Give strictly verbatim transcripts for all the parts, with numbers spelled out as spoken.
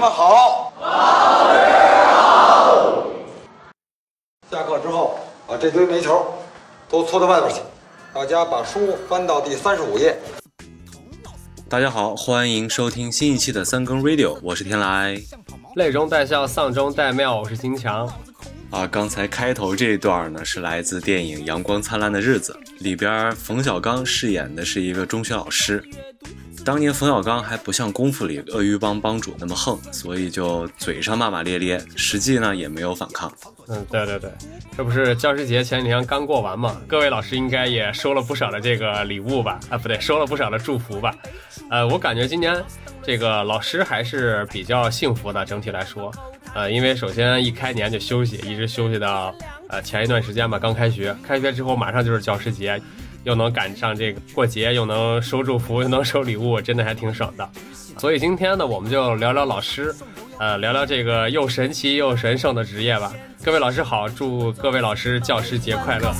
们好。 老师好。 下课之后，把这堆煤球都搓到外边去。大家把书翻到第三十五页。 大家好，欢迎收听新一期的三更 Radio， 我是天来。 泪中带笑，丧中带妙，我是金强。 啊，刚才开头这一段呢，是来自电影《阳光灿烂的日子》里边，冯小刚饰演的是一个中学老师。当年冯小刚还不像功夫里鳄鱼帮帮主那么横，所以就嘴上骂骂咧咧，实际呢也没有反抗。 嗯，对对对，这不是教师节前几天刚过完嘛？各位老师应该也收了不少的这个礼物吧？啊，不对，收了不少的祝福吧？呃，我感觉今年这个老师还是比较幸福的，整体来说。呃，因为首先一开年就休息，一直休息到呃前一段时间吧，刚开学，开学之后马上就是教师节。又能赶上这个过节，又能收祝福，又能收礼物，真的还挺省的。所以今天呢，我们就聊聊老师，呃，聊聊这个又神奇又神圣的职业吧。各位老师好，祝各位老师教师节快乐。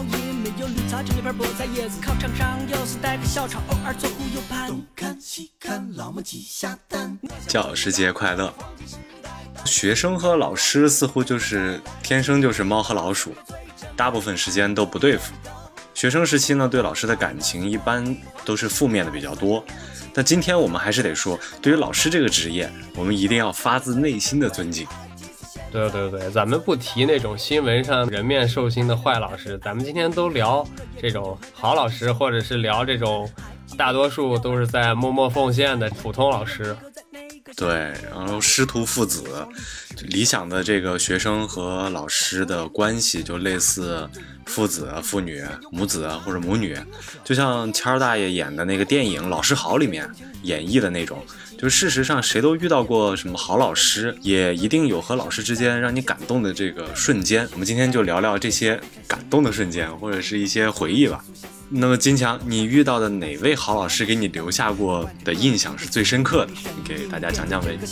教师节快乐。学生和老师似乎就是天生就是猫和老鼠，大部分时间都不对付。学生时期呢，对老师的感情一般都是负面的比较多，但今天我们还是得说，对于老师这个职业，我们一定要发自内心的尊敬。 对对对，咱们不提那种新闻上人面兽心的坏老师，咱们今天都聊这种好老师，或者是聊这种大多数都是在默默奉献的普通老师。 对，然后师徒父子，理想的这个学生和老师的关系就类似父子、父女、母子或者母女，就像谦儿大爷演的那个电影《老师好》里面演绎的那种。就事实上谁都遇到过什么好老师，也一定有和老师之间让你感动的这个瞬间。我们今天就聊聊这些感动的瞬间，或者是一些回忆吧。那么金强，你遇到的哪位好老师给你留下过的印象是最深刻的？你给大家讲讲呗。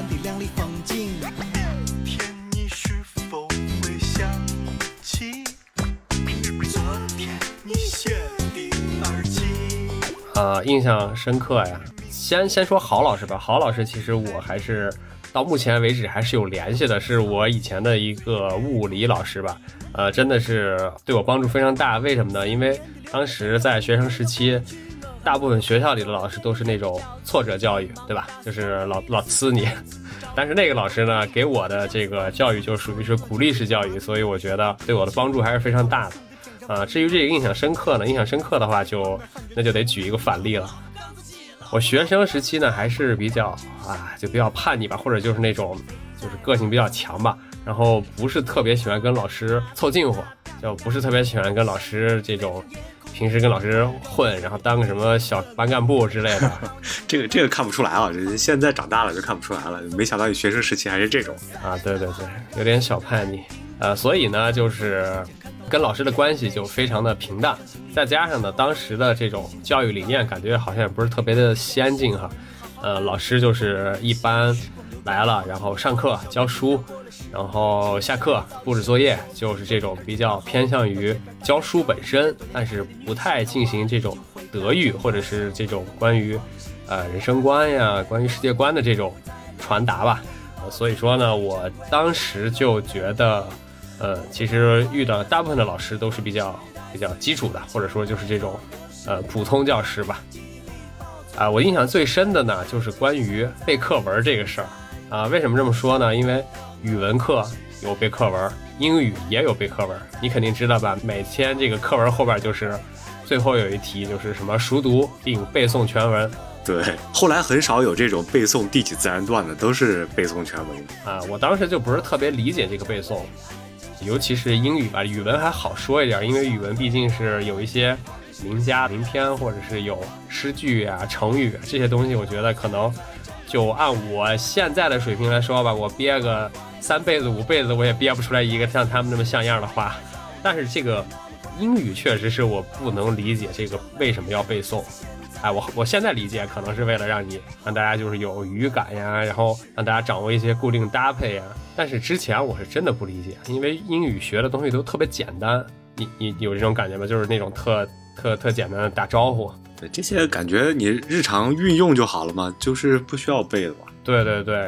呃，印象深刻呀。先先说好老师吧，好老师其实我还是到目前为止还是有联系的，是我以前的一个物理老师吧。呃，真的是对我帮助非常大。为什么呢？因为当时在学生时期，大部分学校里的老师都是那种挫折教育，对吧？就是老老呲你。但是那个老师呢，给我的这个教育就属于是鼓励式教育，所以我觉得对我的帮助还是非常大的。呃，至于这个印象深刻呢，印象深刻的话就那就得举一个反例了。我学生时期呢，还是比较啊，就比较叛逆吧，或者就是那种就是个性比较强吧。然后不是特别喜欢跟老师凑近乎，就不是特别喜欢跟老师这种平时跟老师混，然后当个什么小班干部之类的。 这个这个看不出来啊，现在长大了就看不出来了。没想到你学生时期还是这种啊，对对对，有点小叛逆。呃，所以呢，就是跟老师的关系就非常的平淡，再加上呢，当时的这种教育理念感觉好像也不是特别的先进哈。呃，老师就是一般来了，然后上课教书，然后下课布置作业，就是这种比较偏向于教书本身，但是不太进行这种德育或者是这种关于呃人生观呀、关于世界观的这种传达吧。呃，所以说呢，我当时就觉得，呃，其实遇到大部分的老师都是比较比较基础的，或者说就是这种呃普通教师吧。啊、呃，我印象最深的呢，就是关于背课文这个事儿。啊、呃，为什么这么说呢？因为语文课有背课文，英语也有背课文，你肯定知道吧？每天这个课文后边就是最后有一题，就是什么熟读并背诵全文。 对，后来很少有这种背诵地体自然段的，都是背诵全文啊。我当时就不是特别理解这个背诵，尤其是英语吧，语文还好说一点，因为语文毕竟是有一些名家名篇，或者是有诗句啊、成语啊这些东西，我觉得可能就按我现在的水平来说吧，我憋个三辈子五辈子我也憋不出来一个像他们那么像样的话。但是这个英语确实是我不能理解这个为什么要背诵。哎，我我现在理解可能是为了让你让大家就是有语感呀，然后让大家掌握一些固定搭配呀。但是之前我是真的不理解，因为英语学的东西都特别简单，你你有这种感觉吗？就是那种特特特简单的打招呼。 对，这些感觉你日常运用就好了嘛，就是不需要背的吧？ 对对对，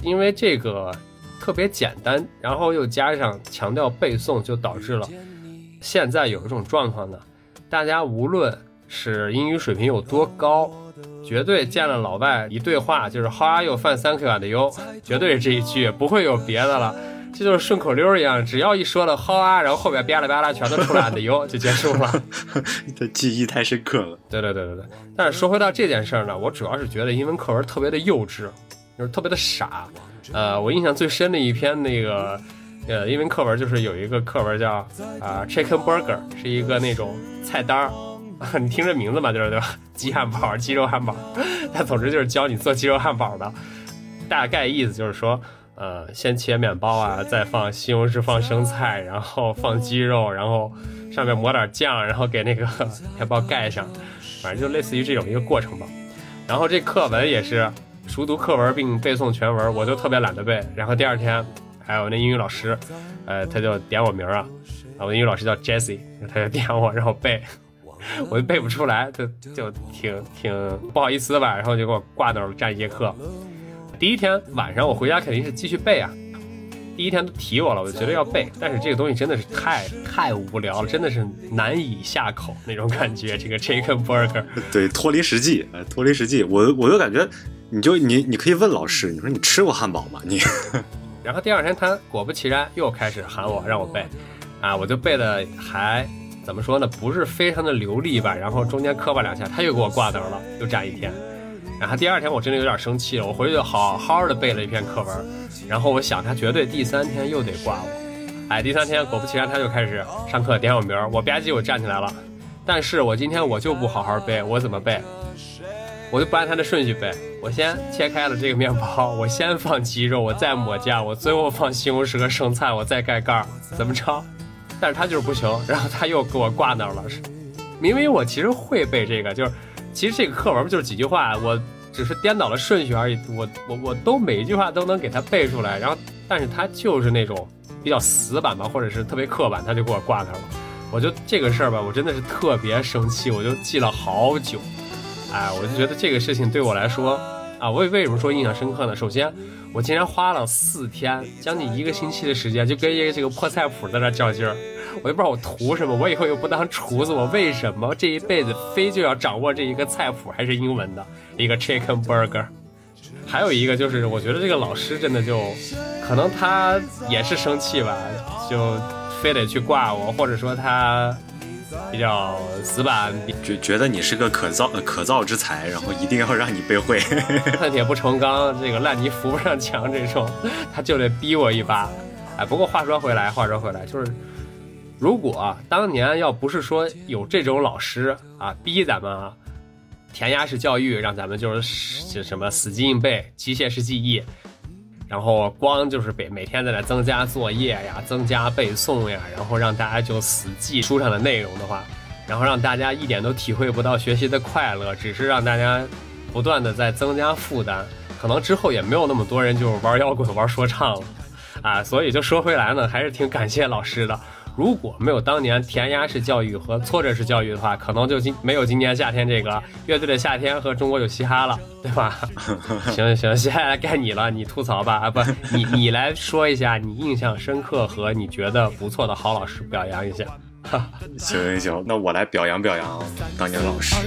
因为这个特别简单，然后又加上强调背诵，就导致了现在有一种状况呢，大家无论是英语水平有多高，绝对见了老外一对话就是 How are you fine thank you and you， 绝对是这一句，不会有别的了。这就是顺口溜一样，只要一说了 How are， 然后后边吧啦吧啦全都出来 and you 就结束了。 这记忆太深刻了。 对对对对对。但是说回到这件事呢，我主要是觉得英文课文特别的幼稚，就是特别的傻。呃，我印象最深的一篇那个呃英文课文就是有一个课文叫啊、呃、Chicken Burger， 是一个那种菜单你听这名字嘛，就是对吧？鸡汉堡、鸡肉汉堡，它总之就是教你做鸡肉汉堡的。大概意思就是说，呃，先切面包啊，再放西红柿、放生菜，然后放鸡肉，然后上面抹点酱，然后给那个面包盖上，反正就类似于这种一个过程吧。然后这课文也是熟读课文并背诵全文，我就特别懒得背。然后第二天，还有那英语老师，呃，他就点我名啊，我的英语老师叫 Jessie， 他就点我让我背。我就背不出来，就就挺挺不好意思吧，然后就给我挂那儿站一节课。第一天晚上我回家肯定是继续背啊，第一天都提我了，我就觉得要背，但是这个东西真的是太太无聊了，真的是难以下口那种感觉。这个 Chicken Burger， 对，脱离实际，呃，脱离实际，我我就感觉，你就你你可以问老师，你说你吃过汉堡吗？你。 然后第二天他果不其然又开始喊我让我背，啊，我就背的还。怎么说呢？不是非常的流利吧，然后中间磕巴两下，他又给我挂那儿了，又站一天。然后第二天我真的有点生气了，我回去就好好的背了一篇课文，然后我想他绝对第三天又得挂我。哎，第三天果不其然他就开始上课点我名，我吧唧我站起来了。但是我今天我就不好好背，我怎么背？我就不按他的顺序背，我先切开了这个面包，我先放鸡肉，我再抹酱，我最后放西红柿和生菜，我再盖盖，怎么着？但是他就是不行，然后他又给我挂那儿了。明明我其实会背这个，就是其实这个课文就是几句话，我只是颠倒了顺序而已，我我我都每一句话都能给他背出来，然后但是他就是那种比较死板吧，或者是特别刻板，他就给我挂那儿了。我就这个事儿吧，我真的是特别生气，我就记了好久。哎，我就觉得这个事情对我来说啊，我为什么说印象深刻呢？首先我竟然花了四天将近一个星期的时间就跟一个这个破菜谱在那较劲儿，我就不知道我图什么，我以后又不当厨子，我为什么这一辈子非就要掌握这一个菜谱还是英文的一个 Chicken Burger。 还有一个就是我觉得这个老师真的就可能他也是生气吧，就非得去挂我，或者说他比较死板， 觉觉得你是个可造可造之才，然后一定要让你背会。 恨铁不成钢，这个烂泥扶不上墙，这种他就得逼我一把。哎，不过话说回来，话说回来，就是如果、啊、当年要不是说有这种老师啊逼咱们啊，填鸭式教育让咱们就是什么死记硬背、机械式记忆，然后光就是每每天在那增加作业呀、增加背诵呀，然后让大家就死记书上的内容的话，然后让大家一点都体会不到学习的快乐，只是让大家不断的在增加负担，可能之后也没有那么多人就是玩摇滚、玩说唱了啊。所以就说回来呢，还是挺感谢老师的。如果没有当年填鸭式教育和挫折式教育的话，可能就今没有今年夏天这个乐队的夏天和中国有嘻哈了，对吧？行行，接下来该你了，你吐槽吧啊，不，你你来说一下你印象深刻和你觉得不错的好老师，表扬一下。 行行行，那我来表扬表扬当年老师。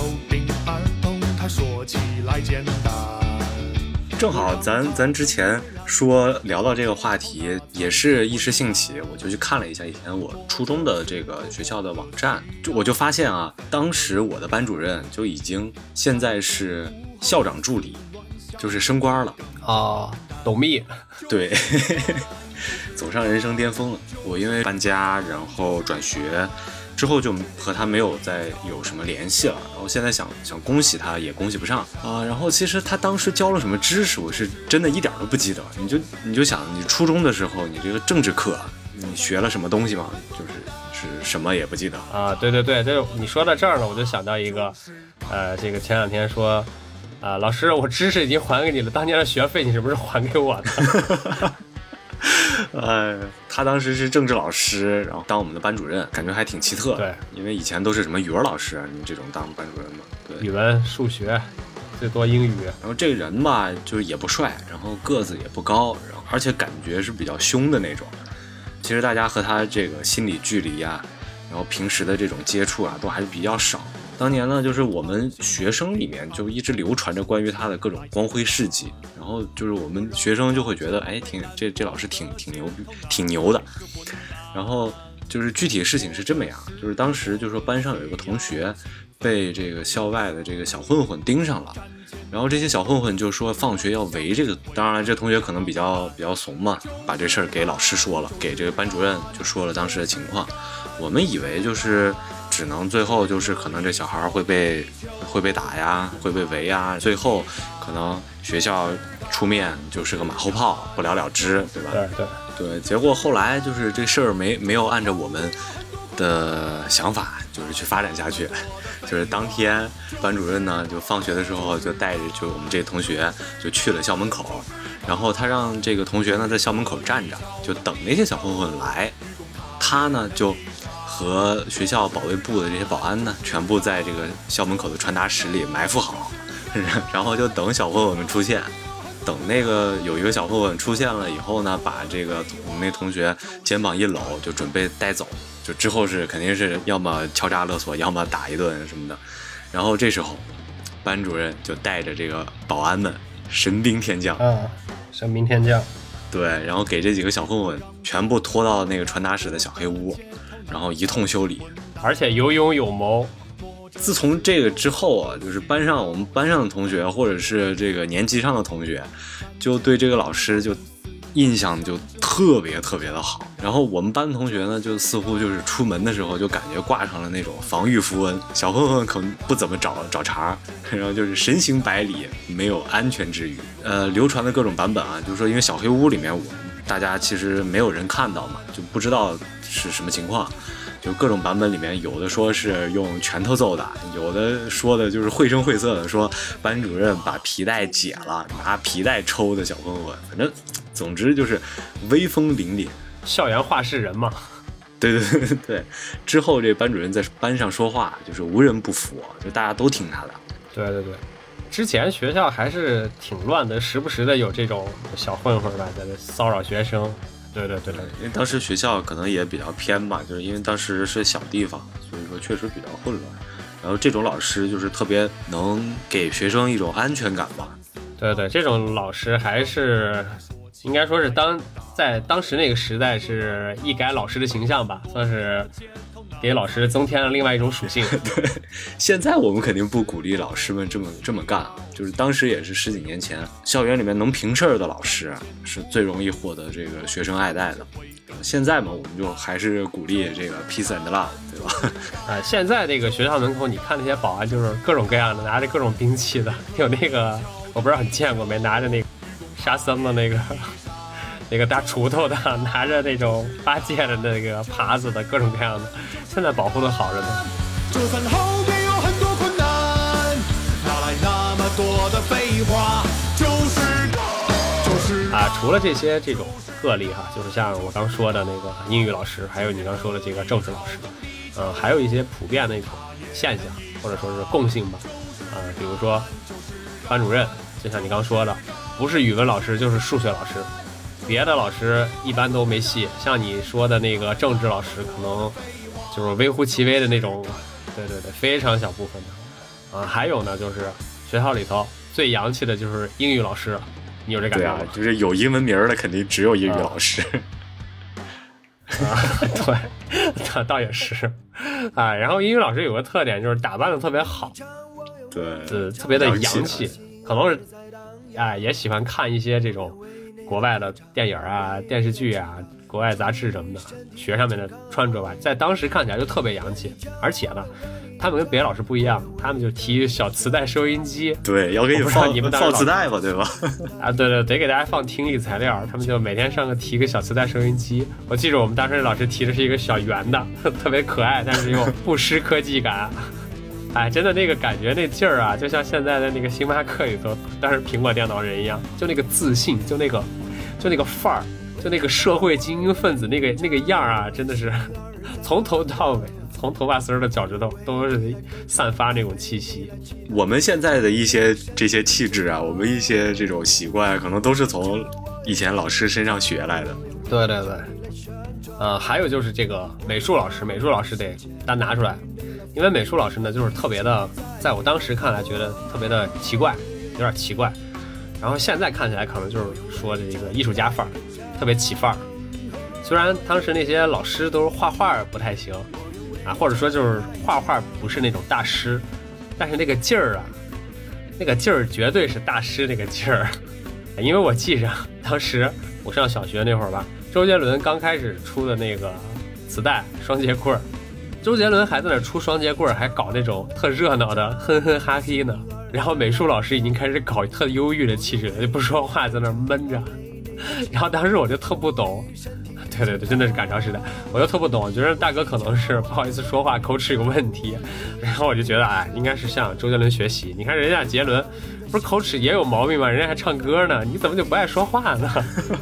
正好咱咱之前说聊到这个话题，也是一时兴起，我就去看了一下以前我初中的这个学校的网站，就我就发现啊，当时我的班主任就已经现在是校长助理，就是升官了。 哦，董秘。对。 走上人生巅峰了。我因为搬家，然后转学之后就和他没有再有什么联系了，然后现在想想恭喜他也恭喜不上啊。然后其实他当时教了什么知识，我是真的一点都不记得。你就你就想你初中的时候，你这个政治课你学了什么东西吗？就是是什么也不记得啊。对对对，这你说到这儿呢，我就想到一个，呃，这个前两天说，啊、呃，老师，我知识已经还给你了，当年的学费你是不是还给我的？ 呃，他当时是政治老师，然后当我们的班主任，感觉还挺奇特。 对， 因为以前都是什么语文老师，你这种当班主任嘛。对， 语文、数学， 最多英语。 然后这个人吧，就是也不帅，然后个子也不高，然后而且感觉是比较凶的那种。其实大家和他这个心理距离啊，然后平时的这种接触啊，都还是比较少。当年呢，就是我们学生里面就一直流传着关于他的各种光辉事迹，然后就是我们学生就会觉得，哎，挺这这老师挺挺牛挺牛的。然后就是具体的事情是这么样，就是当时就说班上有一个同学被这个校外的这个小混混盯上了，然后这些小混混就说放学要围这个，当然这同学可能比较比较怂嘛，把这事儿给老师说了，给这个班主任就说了当时的情况。我们以为就是只能最后就是可能这小孩会被会被打呀，会被围呀，最后可能学校出面就是个马后炮，不了了之，对吧？ 对对对，结果后来就是这事儿没没有按照我们的想法就是去发展下去，就是当天班主任呢就放学的时候就带着就我们这同学就去了校门口，然后他让这个同学呢在校门口站着，就等那些小混混来，他呢就和学校保卫部的这些保安呢全部在这个校门口的传达室里埋伏好，然后就等小混混们出现。等那个有一个小混混出现了以后呢，把这个我们那同学肩膀一搂，就准备带走。就之后是肯定是要么敲诈勒索，要么打一顿什么的。然后这时候，班主任就带着这个保安们神兵天降啊，神兵天降。 对，然后给这几个小混混全部拖到那个传达室的小黑屋，然后一通修理， 而且有勇有谋。 自从这个之后啊，就是班上我们班上的同学，或者是这个年级上的同学，就对这个老师就印象就特别特别的好。然后我们班的同学呢，就似乎就是出门的时候就感觉挂上了那种防御符文，小混混可能不怎么找找茬，然后就是神行百里，没有安全之虞。呃，流传的各种版本啊，就是说因为小黑屋里面我大家其实没有人看到嘛，就不知道是什么情况。就各种版本里面，有的说是用拳头揍的，有的说的就是绘声绘色的说班主任把皮带解了，拿皮带抽的小混混，反正总之就是威风凛凛， 校园话事人嘛。 对对对对，之后这班主任在班上说话就是无人不服，就大家都听他的。 对对对，之前学校还是挺乱的，时不时的有这种小混混吧，在这骚扰学生。对对对对， 因为当时学校可能也比较偏嘛，就是因为当时是小地方，所以说确实比较混乱。然后这种老师就是特别能给学生一种安全感吧。 对对，这种老师还是应该说是当在当时那个时代是一改老师的形象吧，算是给老师增添了另外一种属性。 对，现在我们肯定不鼓励老师们这么这么干，就是当时也是十几年前，校园里面能平事儿的老师是最容易获得这个学生爱戴的。现在嘛，我们就还是鼓励这个 peace and love， 对吧？ 啊，现在这个学校门口，你看那些保安就是各种各样的，拿着各种兵器的，有那个我不知道你见过没，拿着那个沙僧的那个那个大锄头的，拿着那种八戒的那个耙子的，各种各样的，现在保护的好着呢。 就算后面有很多困难，哪来那么多的废话？就是就是啊，除了这些这种个例哈，就是像我刚说的那个英语老师，还有你刚说的这个政治老师，呃，还有一些普遍的一种现象，或者说是共性吧，啊、呃，比如说班主任，就像你刚说的，不是语文老师就是数学老师，别的老师一般都没戏，像你说的那个政治老师，可能就是微乎其微的那种，对对对，非常小部分的，啊、呃，还有呢，就是学校里头最洋气的就是英语老师。你有这感觉吗？ 对啊，就是有英文名的肯定只有英语老师。 啊，对，倒倒也是，啊，然后英语老师有个特点就是打扮的特别好， 对， 呃，特别的洋气，可能是，哎，也喜欢看一些这种国外的电影啊、电视剧啊、国外杂志什么的，学上面的穿着吧，在当时看起来就特别洋气，而且呢。他们跟别的老师不一样，他们就提小磁带收音机， 对，要给你放你们放磁带吧，对吧？ 啊，对对，得给大家放听力材料，他们就每天上课提个小磁带收音机。我记着我们当时老师提的是一个小圆的，特别可爱，但是又不失科技感。哎，真的那个感觉那劲儿啊，就像现在的那个星巴克里头，当时苹果电脑人一样，就那个自信，就那个，就那个范儿，就那个社会精英分子那个那个样啊，真的是从头到尾。 从头发丝的脚趾头都是散发那种气息。 我们现在的一些这些气质啊，我们一些这种习惯，可能都是从以前老师身上学来的。 对对对，呃，还有就是这个美术老师，美术老师得单拿出来，因为美术老师呢，就是特别的，在我当时看来觉得特别的奇怪，有点奇怪。然后现在看起来可能就是说这个艺术家范儿，特别起范儿。虽然当时那些老师都是画画不太行啊，或者说就是画画不是那种大师，但是那个劲儿啊，那个劲儿绝对是大师那个劲儿。因为我记着当时我上小学那会儿吧，周杰伦刚开始出的那个磁带双节棍，周杰伦还在那出双节棍，还搞那种特热闹的哼哼哈嘿呢。然后美术老师已经开始搞特忧郁的气质了，就不说话，在那闷着。然后当时我就特不懂，对对对，真的是赶超时代，我就特不懂，觉得大哥可能是不好意思说话，口齿有问题。然后我就觉得，哎，应该是向周杰伦学习。你看人家杰伦，不是口齿也有毛病吗？人家还唱歌呢，你怎么就不爱说话呢？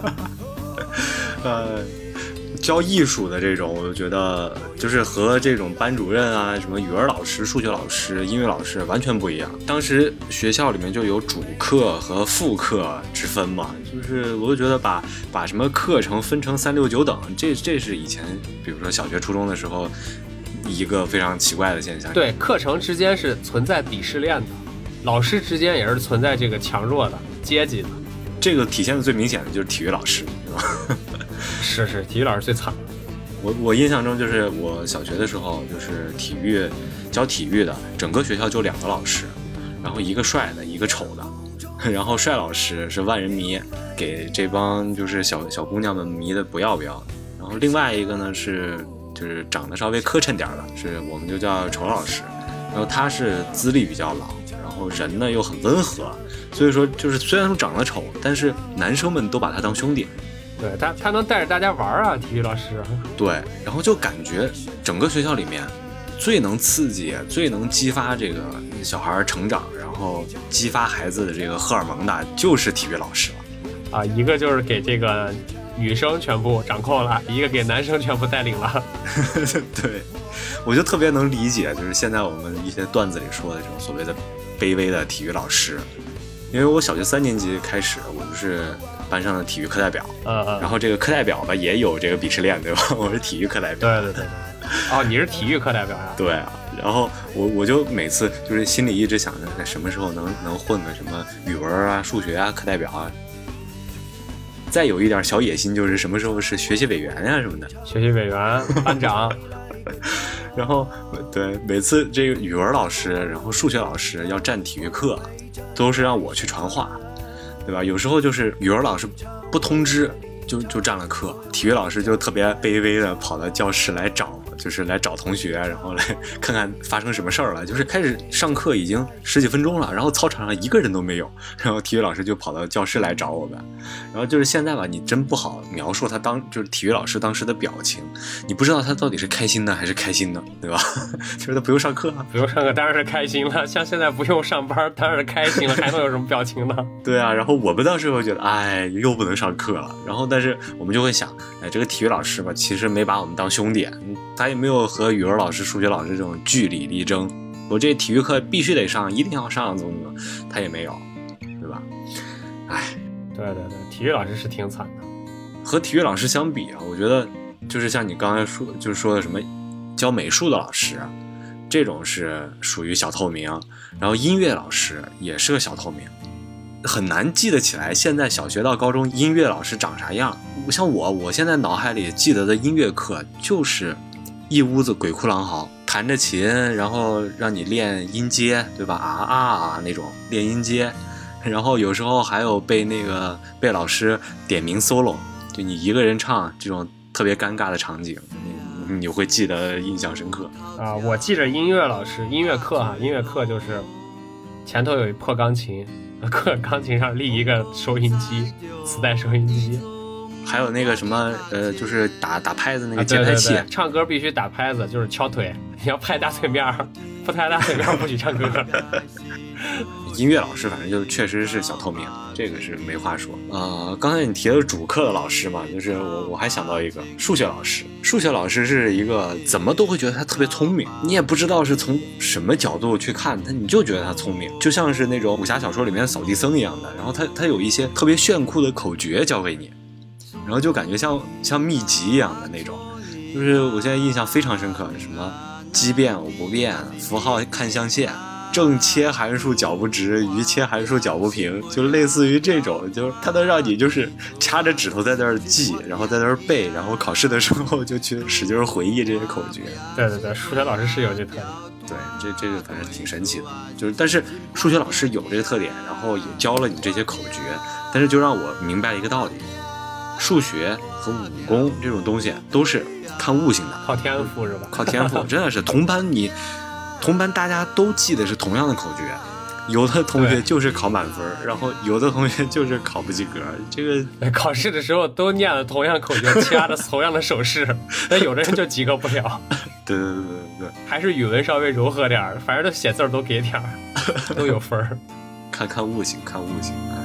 呃。教艺术的这种，我就觉得就是和这种班主任啊、什么语文老师、数学老师、音乐老师完全不一样。当时学校里面就有主课和副课之分嘛，就是我就觉得把把什么课程分成三六九等，这这是以前比如说小学、初中的时候一个非常奇怪的现象。 对，课程之间是存在鄙视链的，老师之间也是存在这个强弱的阶级的。 这个体现的最明显的就是体育老师，对吧？ 是是，体育老师最惨。 我我印象中就是我小学的时候，就是体育教体育的，整个学校就两个老师，然后一个帅的，一个丑的。然后帅老师是万人迷，给这帮就是小小姑娘们迷的不要不要的。然后另外一个呢是就是长得稍微磕碜点的，是我们就叫丑老师。然后他是资历比较老，然后人呢又很温和，所以说就是虽然说长得丑，但是男生们都把他当兄弟。 对他，他能带着大家玩啊，体育老师。 对，然后就感觉整个学校里面最能刺激、最能激发这个小孩成长，然后激发孩子的这个荷尔蒙的，就是体育老师了。 啊，一个就是给这个女生全部掌控了，一个给男生全部带领了。 对，我就特别能理解，就是现在我们一些段子里说的这种所谓的卑微的体育老师。因为我小学三年级开始，我就是班上的体育课代表， 嗯嗯， 然后这个课代表吧也有这个鄙视链，对吧？我是体育课代表， 对对对对，哦，你是体育课代表呀？ 对啊，然后我我就每次就是心里一直想着，什么时候能能混个什么语文啊、数学啊课代表啊，再有一点小野心，就是什么时候是学习委员啊什么的， 学习委员、班长。 然后对，每次这个语文老师，然后数学老师要占体育课，都是让我去传话，对吧？有时候就是语文老师不通知就就占了课，体育老师就特别卑微的跑到教室来找，就是来找同学，然后来看看发生什么事儿了。就是开始上课已经十几分钟了，然后操场上一个人都没有，然后体育老师就跑到教室来找我们。然后就是现在吧，你真不好描述他当就是体育老师当时的表情，你不知道他到底是开心的还是开心的，对吧？就是他不用上课啊， 不用上课当然是开心了，像现在不用上班当然是开心了，还能有什么表情呢？ 对啊，然后我们当时会觉得，哎，又不能上课了。然后但是我们就会想，哎，这个体育老师吧，其实没把我们当兄弟，他也没有和语文老师、数学老师这种据理力争。我这体育课必须得上，一定要上，怎么怎么，他也没有，对吧？哎， 对对对，体育老师是挺惨的。 和体育老师相比啊，我觉得就是像你刚才说，就是说的什么教美术的老师，这种是属于小透明，然后音乐老师也是个小透明。很难记得起来现在小学到高中音乐老师长啥样。像我我现在脑海里记得的音乐课就是一屋子鬼哭狼嚎，弹着琴，然后让你练音阶，对吧？啊啊啊那种练音阶，然后有时候还有被那个被老师点名 solo， 就你一个人唱这种特别尴尬的场景，你你会记得印象深刻啊。我记着音乐老师音乐课哈，音乐课就是前头有一破钢琴，课钢琴上立一个收音机，磁带收音机， 还有那个什么呃，就是打打拍子那个节拍器、 啊对对对，唱歌必须打拍子，就是敲腿，你要拍大腿面，不拍大腿面不许唱歌。 音乐老师反正就确实是小透明，这个是没话说。呃，刚才你提了主课的老师嘛，就是我我还想到一个数学老师。数学老师是一个怎么都会觉得他特别聪明，你也不知道是从什么角度去看他，你就觉得他聪明，就像是那种武侠小说里面的扫地僧一样的。然后他他有一些特别炫酷的口诀教给你，然后就感觉像像秘籍一样的那种。就是我现在印象非常深刻，什么奇变偶不变，符号看象限，正切函数角不直，余切函数角不平，就类似于这种，就是它能让你就是掐着指头在那儿记，然后在那儿背，然后考试的时候就去使劲回忆这些口诀。 对对对，数学老师是有这特点。 对，这这个反正挺神奇的，就是但是数学老师有这个特点，然后也教了你这些口诀，但是就让我明白一个道理，数学和武功这种东西都是看悟性的， 靠天赋是吧？ 靠天赋，真的是同班你同班大家都记得是同样的口诀，有的同学就是考满分，然后有的同学就是考不及格。这个考试的时候都念了同样口诀，掐着同样的手势，但有的人就及格不了。 对对对对对， 还是语文稍微柔和点儿，反正都写字都给点儿，都有分儿。 看看悟性，看悟性，哎。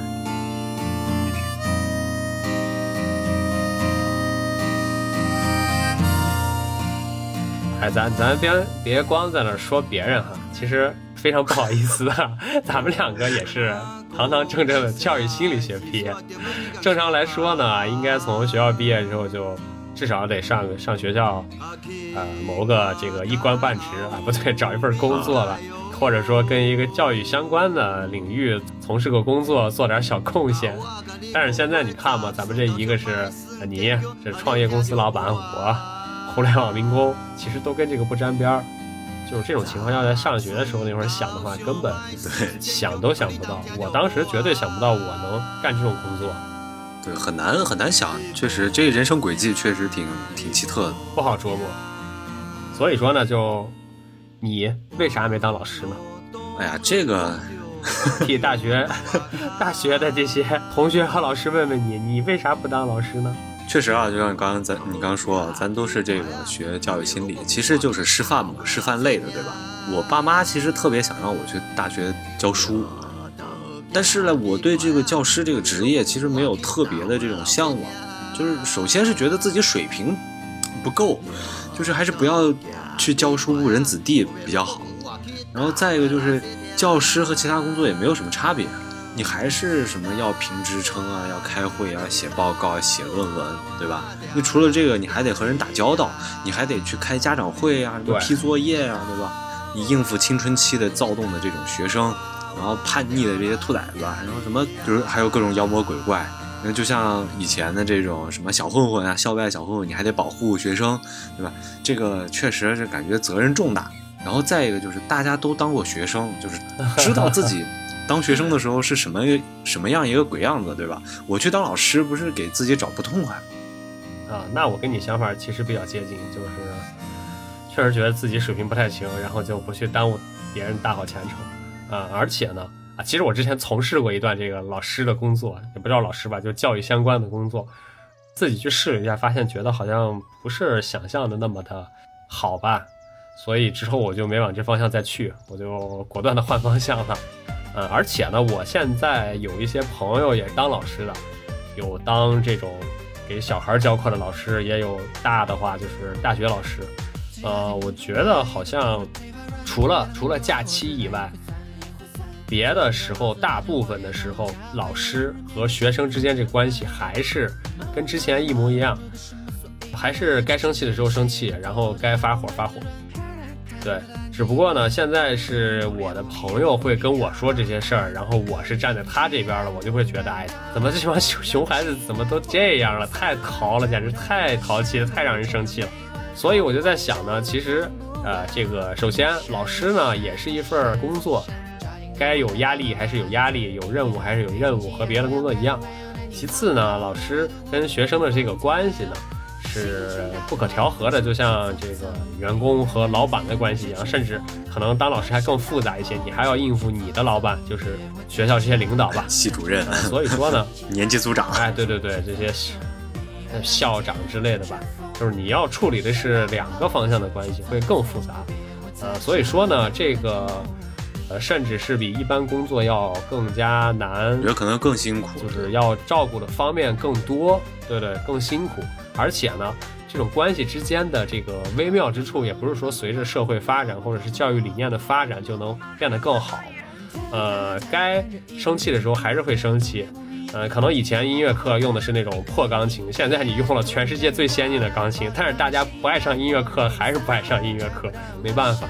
哎，咱咱别别光在那说别人哈，其实非常不好意思的，咱们两个也是堂堂正正的教育心理学毕业。正常来说呢，应该从学校毕业之后就至少得上上学校，呃，谋个这个一官半职啊，不对，找一份工作了，或者说跟一个教育相关的领域从事个工作，做点小贡献。但是现在你看嘛，咱们这一个是你这创业公司老板，我互联网民工，其实都跟这个不沾边儿。就是这种情况下，在上学的时候那会儿想的话，根本想都想不到。我当时绝对想不到我能干这种工作。 对，很难很难想，确实这个人生轨迹确实挺挺奇特的， 不好琢磨。所以说呢，就你为啥没当老师呢？ 哎呀，这个替大学大学的这些同学和老师问问你，你为啥不当老师呢？ 确实啊，就像刚刚咱你刚刚说，咱都是这个学教育心理，其实就是师范嘛，师范类的，对吧？我爸妈其实特别想让我去大学教书，但是呢，我对这个教师这个职业其实没有特别的这种向往，就是首先是觉得自己水平不够，就是还是不要去教书误人子弟比较好。然后再一个就是教师和其他工作也没有什么差别。你还是什么要评职称啊，要开会啊，写报告、写论文，对吧？你除了这个，你还得和人打交道，你还得去开家长会啊，什么批作业啊，对吧？你应付青春期的躁动的这种学生，然后叛逆的这些兔崽子，然后什么，就是还有各种妖魔鬼怪。那就像以前的这种什么小混混啊，校外小混混，你还得保护学生，对吧？这个确实是感觉责任重大。然后再一个就是大家都当过学生，就是知道自己当学生的时候是什么什么样一个鬼样子，对吧？我去当老师不是给自己找不痛快啊？那我跟你想法其实比较接近，就是确实觉得自己水平不太行，然后就不去耽误别人大好前程啊。而且呢，啊，其实我之前从事过一段这个老师的工作，也不叫老师吧，就教育相关的工作，自己去试了一下，发现觉得好像不是想象的那么的好吧，所以之后我就没往这方向再去，我就果断的换方向了。嗯，而且呢，我现在有一些朋友也当老师的，有当这种给小孩教课的老师，也有大的话就是大学老师。呃，我觉得好像除了除了假期以外，别的时候大部分的时候，老师和学生之间这个关系还是跟之前一模一样，还是该生气的时候生气，然后该发火发火。对，只不过呢，现在是我的朋友会跟我说这些事儿，然后我是站在他这边了，我就会觉得，哎，怎么这帮熊孩子怎么都这样了？太淘了，简直太淘气了，太让人生气了。所以我就在想呢，其实，呃，这个首先老师呢也是一份工作，该有压力还是有压力，有任务还是有任务，和别的工作一样。其次呢，老师跟学生的这个关系呢，是不可调和的，就像这个员工和老板的关系一样，甚至可能当老师还更复杂一些，你还要应付你的老板，就是学校这些领导吧， 系主任、 呃、所以说呢年级组长， 哎，对对对，这些校长之类的吧，就是你要处理的是两个方向的关系，会更复杂。呃，所以说呢，这个呃，甚至是比一般工作要更加难， 我觉得可能更辛苦， 就是要照顾的方面更多，对对，更辛苦。而且呢，这种关系之间的这个微妙之处，也不是说随着社会发展或者是教育理念的发展就能变得更好。呃，该生气的时候还是会生气。呃，可能以前音乐课用的是那种破钢琴，现在你用了全世界最先进的钢琴，但是大家不爱上音乐课，还是不爱上音乐课，没办法。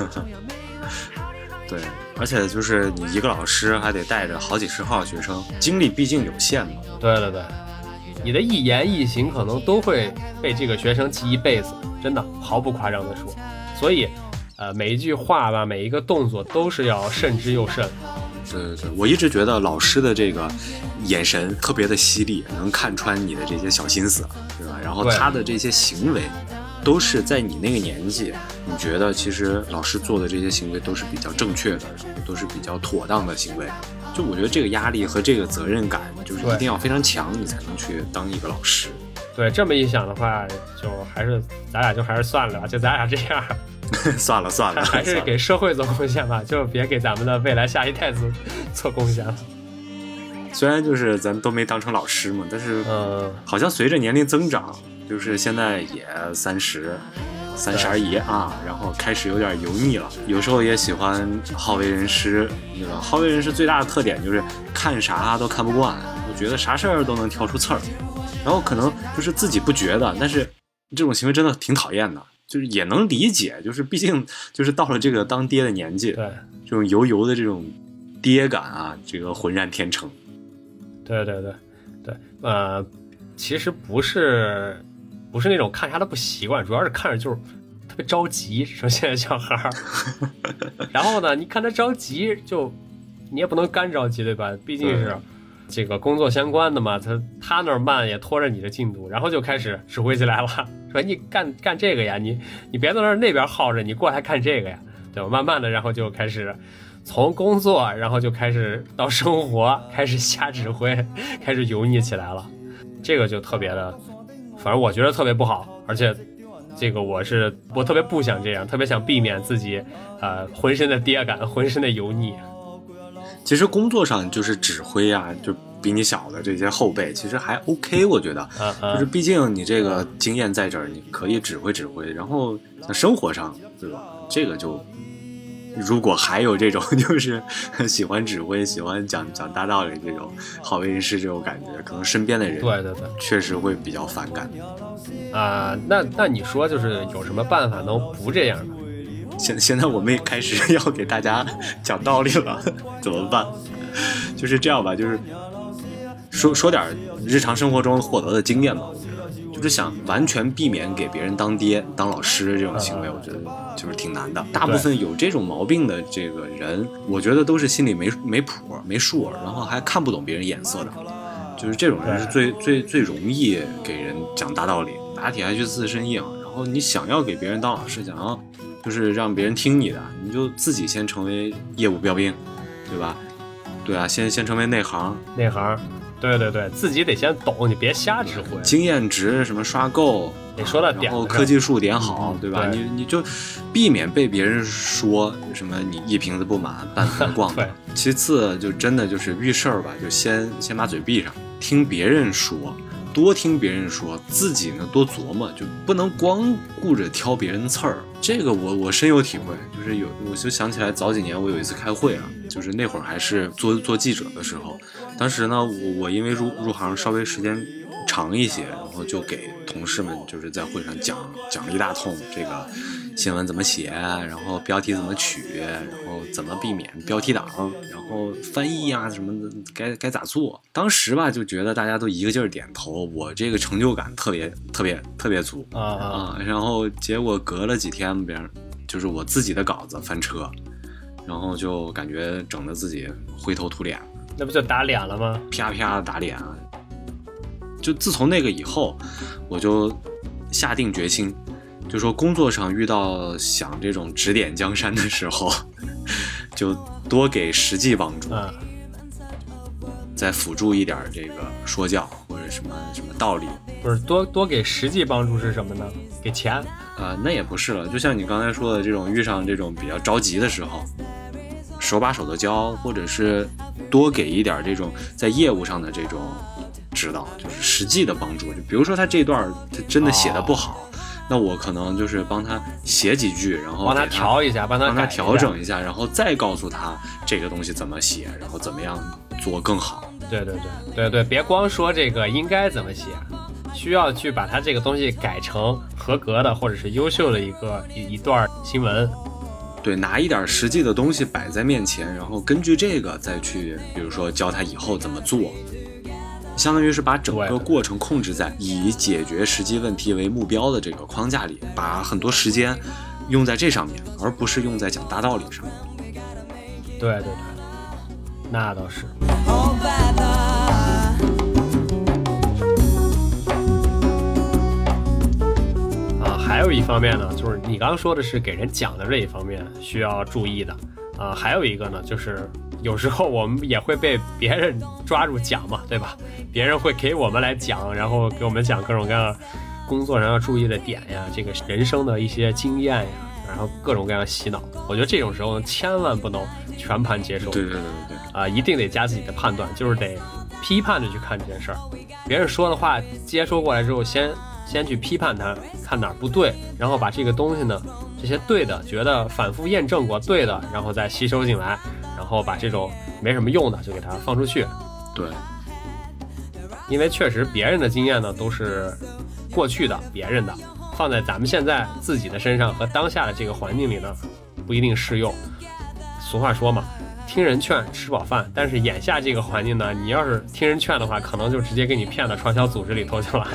对，而且就是你一个老师还得带着好几十号学生，精力毕竟有限嘛。 对对对，你的一言一行可能都会被这个学生记一辈子，真的毫不夸张的说。所以，呃，每一句话吧，每一个动作都是要慎之又慎。 对对对，我一直觉得老师的这个眼神特别的犀利，能看穿你的这些小心思，对吧？然后他的这些行为，都是在你那个年纪，你觉得其实老师做的这些行为都是比较正确的，都是比较妥当的行为。就我觉得这个压力和这个责任感，就是一定要非常强，你才能去当一个老师。 对，这么一想的话，就还是咱俩就还是算了吧，就咱俩这样。 算了算了， 还是给社会做贡献吧，就别给咱们的未来下一代做做贡献了。 虽然就是咱都没当成老师嘛，但是嗯， 好像随着年龄增长，就是现在也三十。三十而已啊，然后开始有点油腻了，有时候也喜欢好为人师，对吧？好为人师最大的特点就是看啥都看不惯，我觉得啥事儿都能挑出刺儿，然后可能就是自己不觉得，但是这种行为真的挺讨厌的，就是也能理解，就是毕竟就是到了这个当爹的年纪， 对这种油油的这种爹感啊，这个浑然天成。对对对对，呃，其实不是。不是那种看啥都不习惯，主要是看着就是特别着急，说现在小孩儿。然后呢，你看他着急，就你也不能干着急，对吧？毕竟是这个工作相关的嘛，他他那儿慢也拖着你的进度，然后就开始指挥起来了，说你干干这个呀，你你别在那儿那边耗着，你过来看这个呀，对吧？慢慢的，然后就开始从工作，然后就开始到生活，开始瞎指挥，开始油腻起来了，这个就特别的。反正我觉得特别不好，而且这个我是我特别不想这样，特别想避免自己呃浑身的爹感，浑身的油腻。 其实工作上就是指挥啊，就比你小的这些后辈其实还 OK， 我觉得、 嗯嗯、 就是毕竟你这个经验在这儿，你可以指挥指挥，然后在生活上，对吧？这个就如果还有这种就是喜欢指挥、喜欢讲讲大道理这种好为人师这种感觉，可能身边的人对对对确实会比较反感啊、呃。那那你说就是有什么办法能不这样呢？ 现现在我们也开始要给大家讲道理了，怎么办？就是这样吧，就是说说点日常生活中获得的经验吧。我觉得就是想完全避免给别人当爹、当老师这种行为，我觉得就是挺难的。大部分有这种毛病的这个人，我觉得都是心里没没谱、没数，然后还看不懂别人眼色的。就是这种人是最最最容易给人讲大道理，打铁还需自身硬。然后你想要给别人当老师，想要就是让别人听你的，你就自己先成为业务标兵，对吧？对啊，先先成为内行， 内行，对对对，自己得先懂，你别瞎指挥。 经验值什么刷够， 你说到点， 然后科技树点好，嗯、对吧？ 对你你就避免被别人说什么你一瓶子不满半瓶逛的。其次就真的就是遇事儿吧，就先先把嘴闭上，听别人说。多听别人说，自己呢多琢磨，就不能光顾着挑别人刺儿。这个我我深有体会，就是有我就想起来早几年我有一次开会啊，就是那会儿还是做做记者的时候，当时呢我我因为入入行稍微时间长一些，然后就给同事们就是在会上讲讲了一大通这个新闻怎么写，然后标题怎么取，然后怎么避免标题党，然后翻译啊什么的该该咋做。当时吧就觉得大家都一个劲儿点头，我这个成就感特别特别特别足啊啊！ 然后结果隔了几天，别人就是我自己的稿子翻车，然后就感觉整得自己灰头土脸。 那不就打脸了吗？ 啪啪的打脸啊！就自从那个以后，我就下定决心。就说工作上遇到想这种指点江山的时候，就多给实际帮助， 嗯、 再辅助一点这个说教或者什么什么道理。 不是多多给实际帮助是什么呢？给钱？ 呃，那也不是了。就像你刚才说的这种，遇上这种比较着急的时候， 手把手的教，或者是多给一点这种在业务上的这种指导，就是实际的帮助。就比如说他这段他真的写的不好，哦，那我可能就是帮他写几句，然后帮他调一下，帮他帮他调整一下，然后再告诉他这个东西怎么写，然后怎么样做更好。 对对对对对，别光说这个应该怎么写，需要去把它这个东西改成合格的或者是优秀的一个一一段新闻。 对，拿一点实际的东西摆在面前，然后根据这个再去，比如说教他以后怎么做，相当于是把整个过程控制在以解决实际问题为目标的这个框架里，把很多时间用在这上面，而不是用在讲大道理上。 对对对，那倒是。还有一方面呢，就是你刚刚说的是给人讲的这一方面需要注意的啊、呃，还有一个呢，就是有时候我们也会被别人抓住讲嘛，对吧？别人会给我们来讲，然后给我们讲各种各样工作上要注意的点呀，这个人生的一些经验呀，然后各种各样洗脑。我觉得这种时候千万不能全盘接受， 对对对对啊、呃，一定得加自己的判断，就是得批判着去看这件事儿。别人说的话接收过来之后，先。先去批判它，看哪儿不对，然后把这个东西呢，这些对的，觉得反复验证过对的，然后再吸收进来，然后把这种没什么用的就给它放出去。 对， 因为确实别人的经验呢都是过去的，别人的放在咱们现在自己的身上和当下的这个环境里呢，不一定适用。俗话说嘛，听人劝吃饱饭，但是眼下这个环境呢，你要是听人劝的话，可能就直接给你骗到传销组织里头去了。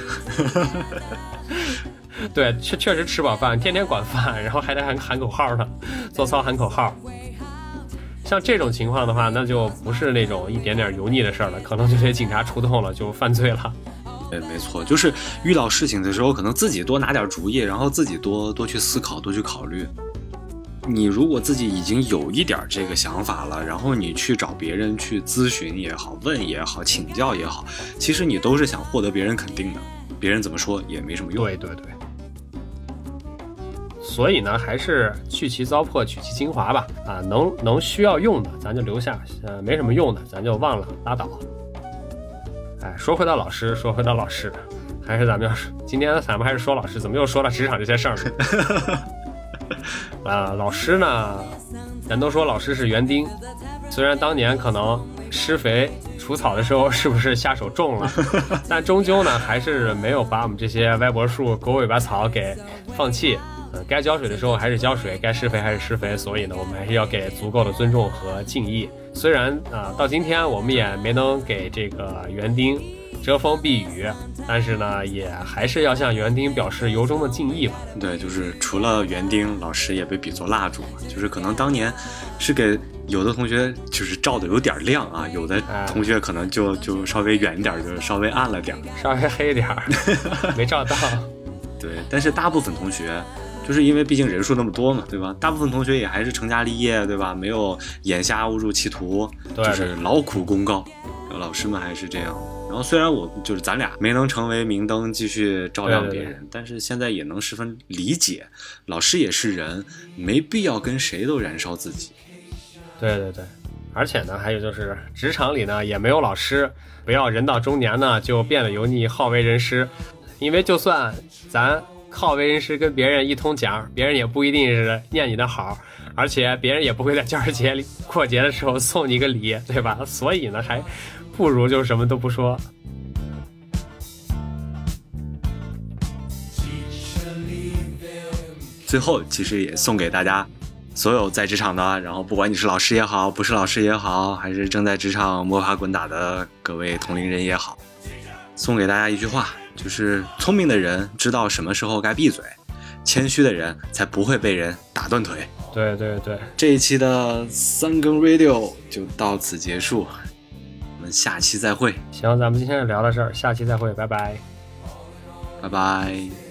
对，确确实吃饱饭，天天管饭，然后还得喊喊口号呢，做操喊口号。像这种情况的话，那就不是那种一点点油腻的事儿了，可能就得警察出动了，就犯罪了。 对，没错，就是遇到事情的时候，可能自己多拿点主意，然后自己多多去思考，多去考虑。你如果自己已经有一点这个想法了，然后你去找别人去咨询也好，问也好，请教也好，其实你都是想获得别人肯定的，别人怎么说也没什么用。 对对对。所以呢，还是去其糟粕，取其精华吧。啊，能能需要用的咱就留下，呃，没什么用的咱就忘了拉倒。哎，说回到老师，说回到老师，还是咱们要说，今天咱们还是说老师，怎么又说到职场这些事儿呢？啊，老师呢，人都说老师是园丁，虽然当年可能施肥除草的时候是不是下手重了，但终究呢还是没有把我们这些歪脖树、狗尾巴草给放弃。呃，该浇水的时候还是浇水，该施肥还是施肥，所以呢，我们还是要给足够的尊重和敬意。虽然啊、呃，到今天我们也没能给这个园丁遮风避雨，但是呢，也还是要向园丁表示由衷的敬意吧。 对，就是除了园丁，老师也被比作蜡烛，就是可能当年是给有的同学就是照的有点亮啊，有的同学可能就就稍微远一点，就稍微暗了点， 稍微黑点没照到。 对，但是大部分同学。就是因为毕竟人数那么多嘛，对吧？大部分同学也还是成家立业，对吧？没有眼瞎误入歧途，就是劳苦功高。老师们还是这样。然后虽然我就是咱俩没能成为明灯继续照亮别人，对对对，但是现在也能十分理解，老师也是人，没必要跟谁都燃烧自己。 对对对，而且呢，还有就是职场里呢也没有老师，不要人到中年呢就变得油腻，好为人师。因为就算咱好为人师跟别人一通讲，别人也不一定是念你的好，而且别人也不会在教师节过节的时候送你一个礼，对吧？所以呢，还不如就什么都不说。 最后，其实也送给大家所有在职场的，然后不管你是老师也好，不是老师也好，还是正在职场摸爬滚打的各位同龄人也好，送给大家一句话。就是聪明的人知道什么时候该闭嘴，谦虚的人才不会被人打断腿。 对对对， 这一期的三更 radio 就到此结束，我们下期再会。 行，咱们今天就聊到这儿，下期再会，拜拜， 拜拜。